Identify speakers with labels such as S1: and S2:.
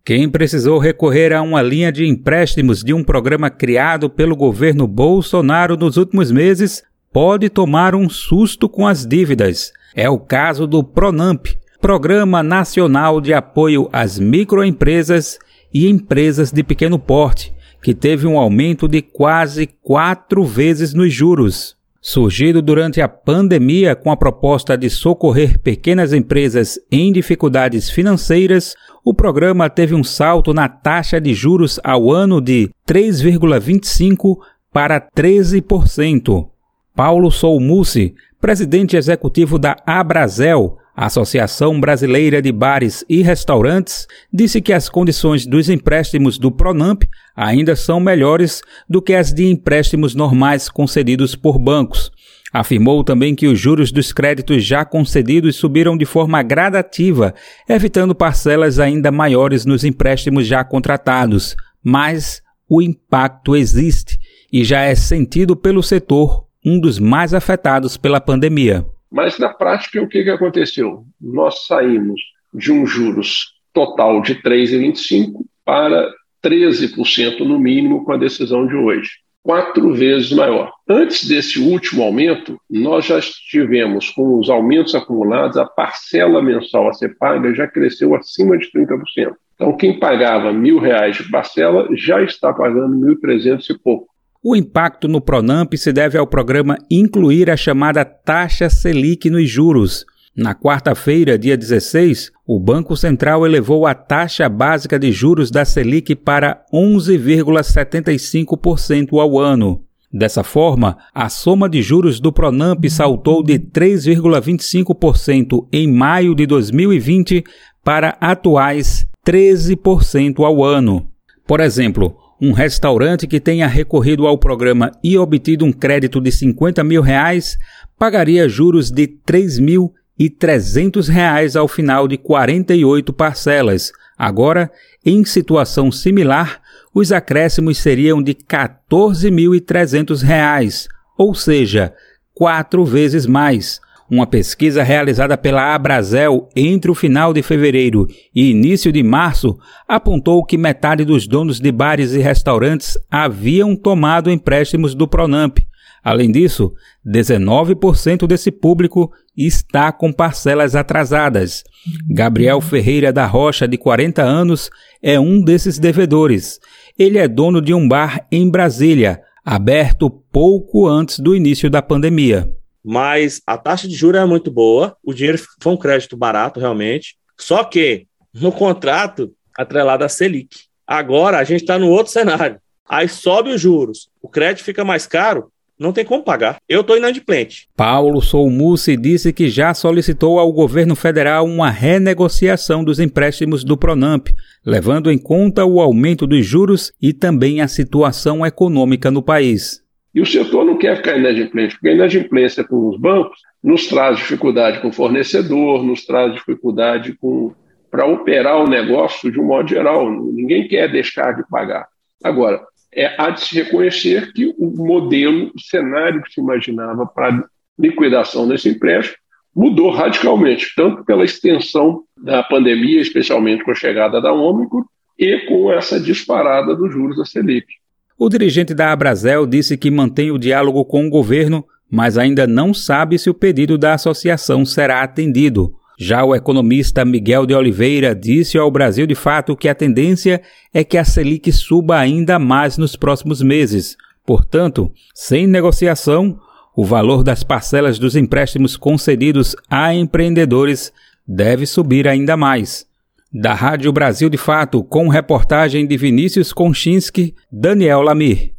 S1: Quem precisou recorrer a uma linha de empréstimos de um programa criado pelo governo Bolsonaro nos últimos meses pode tomar um susto com as dívidas. É o caso do PRONAMP, Programa Nacional de Apoio às Microempresas e Empresas de Pequeno Porte, que teve um aumento de quase 4 vezes nos juros. Surgido durante a pandemia com a proposta de socorrer pequenas empresas em dificuldades financeiras, o programa teve um salto na taxa de juros ao ano de 3,25% para 13%. Paulo Solmucci, presidente executivo da Abrazel, Associação Brasileira de Bares e Restaurantes, disse que as condições dos empréstimos do PRONAMP ainda são melhores do que as de empréstimos normais concedidos por bancos. Afirmou também que os juros dos créditos já concedidos subiram de forma gradativa, evitando parcelas ainda maiores nos empréstimos já contratados. Mas o impacto existe e já é sentido pelo setor, um dos mais afetados pela pandemia.
S2: Mas, na prática, o que aconteceu? Nós saímos de um juros total de 3,25% para 13% no mínimo com a decisão de hoje. 4 vezes maior. Antes desse último aumento, nós já estivemos com os aumentos acumulados, a parcela mensal a ser paga já cresceu acima de 30%. Então, quem pagava R$1.000 de parcela já está pagando 1.300 e pouco.
S1: O impacto no PRONAMP se deve ao programa incluir a chamada taxa Selic nos juros. Na quarta-feira, dia 16, o Banco Central elevou a taxa básica de juros da Selic para 11,75% ao ano. Dessa forma, a soma de juros do PRONAMP saltou de 3,25% em maio de 2020 para atuais 13% ao ano. Por exemplo, um restaurante que tenha recorrido ao programa e obtido um crédito de R$50 mil pagaria juros de R$3.300 ao final de 48 parcelas. Agora, em situação similar, os acréscimos seriam de R$14.300, ou seja, 4 vezes mais. Uma pesquisa realizada pela Abrazel entre o final de fevereiro e início de março apontou que metade dos donos de bares e restaurantes haviam tomado empréstimos do PRONAMP. Além disso, 19% desse público está com parcelas atrasadas. Gabriel Ferreira da Rocha, de 40 anos, é um desses devedores. Ele é dono de um bar em Brasília, aberto pouco antes do início da pandemia.
S3: Mas a taxa de juros é muito boa, o dinheiro foi um crédito barato realmente, só que no contrato atrelado à Selic. Agora a gente está no outro cenário, aí sobe os juros, o crédito fica mais caro, não tem como pagar. Eu estou inadimplente.
S1: Paulo Solmucci disse que já solicitou ao governo federal uma renegociação dos empréstimos do PRONAMP, levando em conta o aumento dos juros e também a situação econômica no país.
S2: E o setor não quer ficar inadimplente, porque a inadimplência com os bancos nos traz dificuldade com o fornecedor, nos traz dificuldade para operar o negócio de um modo geral. Ninguém quer deixar de pagar. Agora, há de se reconhecer que o modelo, o cenário que se imaginava para liquidação desse empréstimo mudou radicalmente, tanto pela extensão da pandemia, especialmente com a chegada da Ômicron, e com essa disparada dos juros da Selic.
S1: O dirigente da Abrazel disse que mantém o diálogo com o governo, mas ainda não sabe se o pedido da associação será atendido. Já o economista Miguel de Oliveira disse ao Brasil de Fato que a tendência é que a Selic suba ainda mais nos próximos meses. Portanto, sem negociação, o valor das parcelas dos empréstimos concedidos a empreendedores deve subir ainda mais. Da Rádio Brasil de Fato, com reportagem de Vinícius Konchinski, Daniel Lamir.